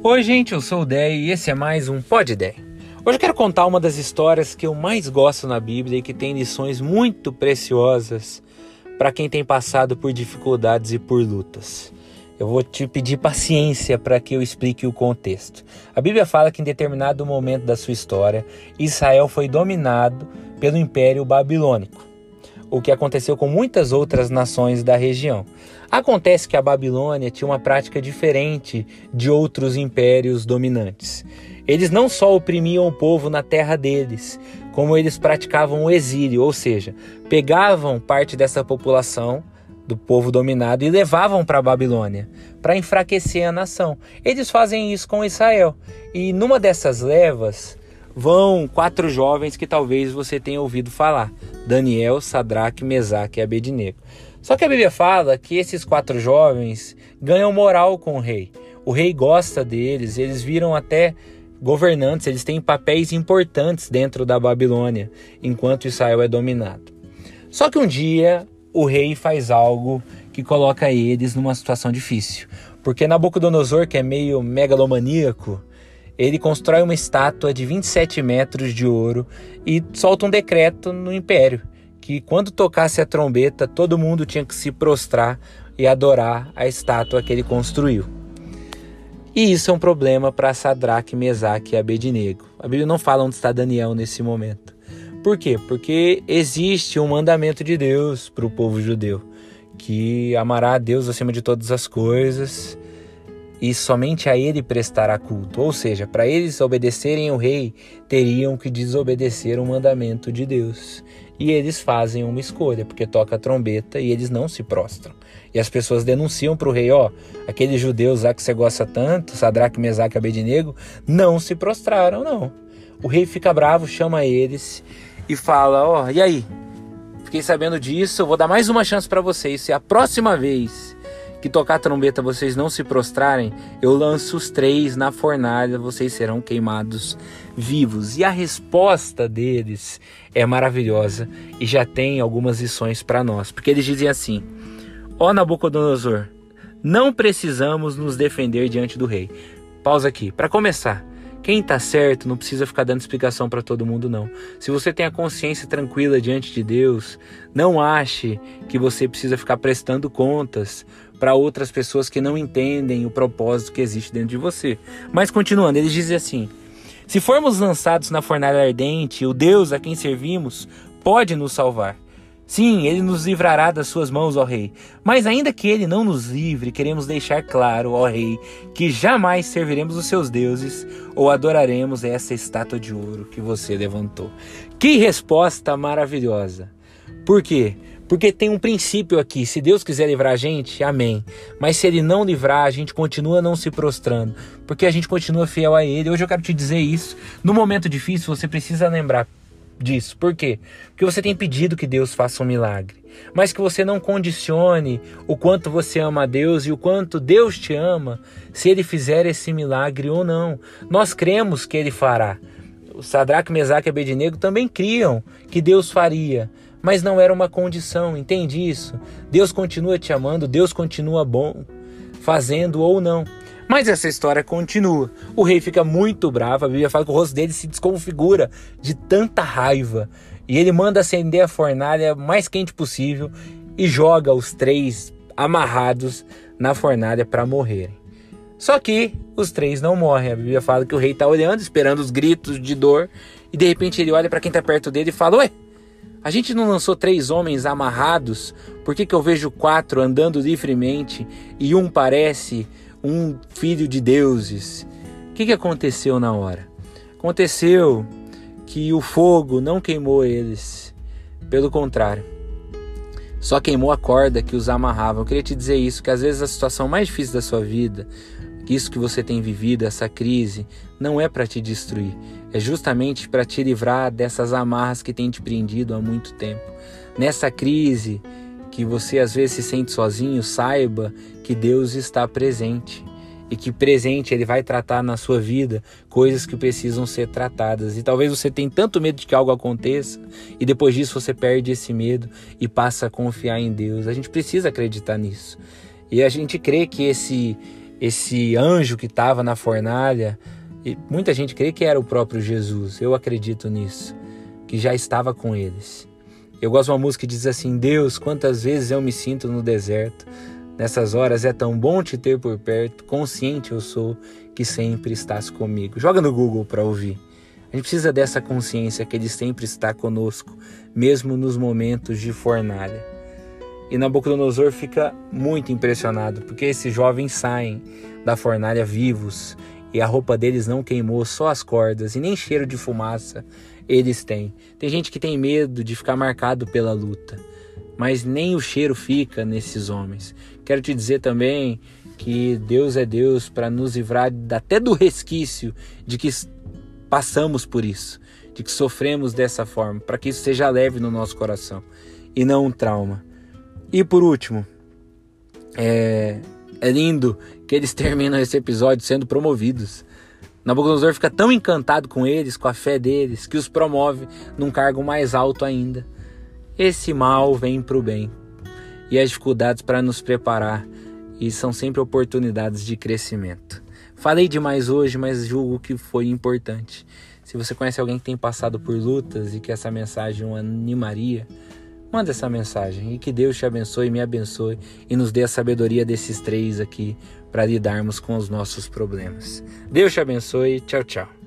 Oi gente, eu sou o Dé e esse é mais um Pod Dé. Hoje eu quero contar uma das histórias que eu mais gosto na Bíblia e que tem lições muito preciosas para quem tem passado por dificuldades e por lutas. Eu vou te pedir paciência para que eu explique o contexto. A Bíblia fala que em determinado momento da sua história, Israel foi dominado pelo Império Babilônico, o que aconteceu com muitas outras nações da região. Acontece que a Babilônia tinha uma prática diferente de outros impérios dominantes. Eles não só oprimiam o povo na terra deles, como eles praticavam o exílio, ou seja, pegavam parte dessa população do povo dominado e levavam para a Babilônia, para enfraquecer a nação. Eles fazem isso com Israel. E numa dessas levas vão 4 jovens que talvez você tenha ouvido falar: Daniel, Sadraque, Mesaque e Abednego. Só que a Bíblia fala que esses 4 jovens ganham moral com o rei. O rei gosta deles, eles viram até governantes, eles têm papéis importantes dentro da Babilônia, enquanto Israel é dominado. Só que um dia o rei faz algo que coloca eles numa situação difícil. Porque Nabucodonosor, que é meio megalomaníaco, ele constrói uma estátua de 27 metros de ouro e solta um decreto no império, que quando tocasse a trombeta, todo mundo tinha que se prostrar e adorar a estátua que ele construiu. E isso é um problema para Sadraque, Mesaque e Abednego. A Bíblia não fala onde está Daniel nesse momento. Por quê? Porque existe um mandamento de Deus para o povo judeu, que amará a Deus acima de todas as coisas e somente a ele prestará culto. Ou seja, para eles obedecerem ao rei, teriam que desobedecer o mandamento de Deus. E eles fazem uma escolha, porque toca a trombeta e eles não se prostram. E as pessoas denunciam para o rei: aqueles judeus lá que você gosta tanto, Sadraque, Mesaque e Abednego, não se prostraram, não. O rei fica bravo, chama eles e fala: e aí? Fiquei sabendo disso, eu vou dar mais uma chance para vocês. Se a próxima vez que tocar a trombeta vocês não se prostrarem, eu lanço os 3 na fornalha, vocês serão queimados vivos. E a resposta deles é maravilhosa e já tem algumas lições para nós, porque eles dizem assim: Nabucodonosor, não precisamos nos defender diante do rei. Pausa aqui. Para começar, quem está certo não precisa ficar dando explicação para todo mundo, não. Se você tem a consciência tranquila diante de Deus, não ache que você precisa ficar prestando contas para outras pessoas que não entendem o propósito que existe dentro de você. Mas continuando, eles dizem assim: se formos lançados na fornalha ardente, o Deus a quem servimos pode nos salvar. Sim, ele nos livrará das suas mãos, ó rei. Mas ainda que ele não nos livre, queremos deixar claro, ó rei, que jamais serviremos os seus deuses ou adoraremos essa estátua de ouro que você levantou. Que resposta maravilhosa! Por quê? Porque tem um princípio aqui: se Deus quiser livrar a gente, amém. Mas se ele não livrar, a gente continua não se prostrando, porque a gente continua fiel a ele. Hoje eu quero te dizer isso. No momento difícil, você precisa lembrar disso. Por quê? Porque você tem pedido que Deus faça um milagre, mas que você não condicione o quanto você ama a Deus e o quanto Deus te ama, se ele fizer esse milagre ou não. Nós cremos que ele fará. O Sadraque, Mesaque e Abednego também criam que Deus faria, mas não era uma condição, entende isso? Deus continua te amando, Deus continua bom, fazendo ou não. Mas essa história continua. O rei fica muito bravo, a Bíblia fala que o rosto dele se desconfigura de tanta raiva. E ele manda acender a fornalha mais quente possível e joga os 3 amarrados na fornalha para morrerem. Só que os 3 não morrem. A Bíblia fala que o rei está olhando, esperando os gritos de dor, e de repente ele olha para quem está perto dele e fala: a gente não lançou 3 homens amarrados? Por que eu vejo 4 andando livremente e um parece um filho de deuses? O que aconteceu na hora? Aconteceu que o fogo não queimou eles. Pelo contrário, só queimou a corda que os amarrava. Eu queria te dizer isso, que às vezes a situação mais difícil da sua vida, que isso que você tem vivido, essa crise, não é para te destruir. É justamente para te livrar dessas amarras que tem te prendido há muito tempo. Nessa crise que você às vezes se sente sozinho, saiba que Deus está presente. E que presente ele vai tratar na sua vida coisas que precisam ser tratadas. E talvez você tenha tanto medo de que algo aconteça, e depois disso você perde esse medo e passa a confiar em Deus. A gente precisa acreditar nisso. E a gente crê que esse esse anjo que estava na fornalha, e muita gente crê que era o próprio Jesus. Eu acredito nisso, que já estava com eles. Eu gosto de uma música que diz assim: Deus, quantas vezes eu me sinto no deserto, nessas horas é tão bom te ter por perto, consciente eu sou que sempre estás comigo. Joga no Google para ouvir. A gente precisa dessa consciência que Ele sempre está conosco, mesmo nos momentos de fornalha. E Nabucodonosor fica muito impressionado, porque esses jovens saem da fornalha vivos e a roupa deles não queimou, só as cordas, e nem cheiro de fumaça eles têm. Tem gente que tem medo de ficar marcado pela luta, mas nem o cheiro fica nesses homens. Quero te dizer também que Deus é Deus para nos livrar até do resquício de que passamos por isso, de que sofremos dessa forma, para que isso seja leve no nosso coração e não um trauma. E por último, é lindo que eles terminam esse episódio sendo promovidos. Nabucodonosor fica tão encantado com eles, com a fé deles, que os promove num cargo mais alto ainda. Esse mal vem para o bem e as dificuldades para nos preparar, e são sempre oportunidades de crescimento. Falei demais hoje, mas julgo que foi importante. Se você conhece alguém que tem passado por lutas e que essa mensagem o animaria, manda essa mensagem, e que Deus te abençoe, me abençoe e nos dê a sabedoria desses três aqui para lidarmos com os nossos problemas. Deus te abençoe. Tchau, tchau.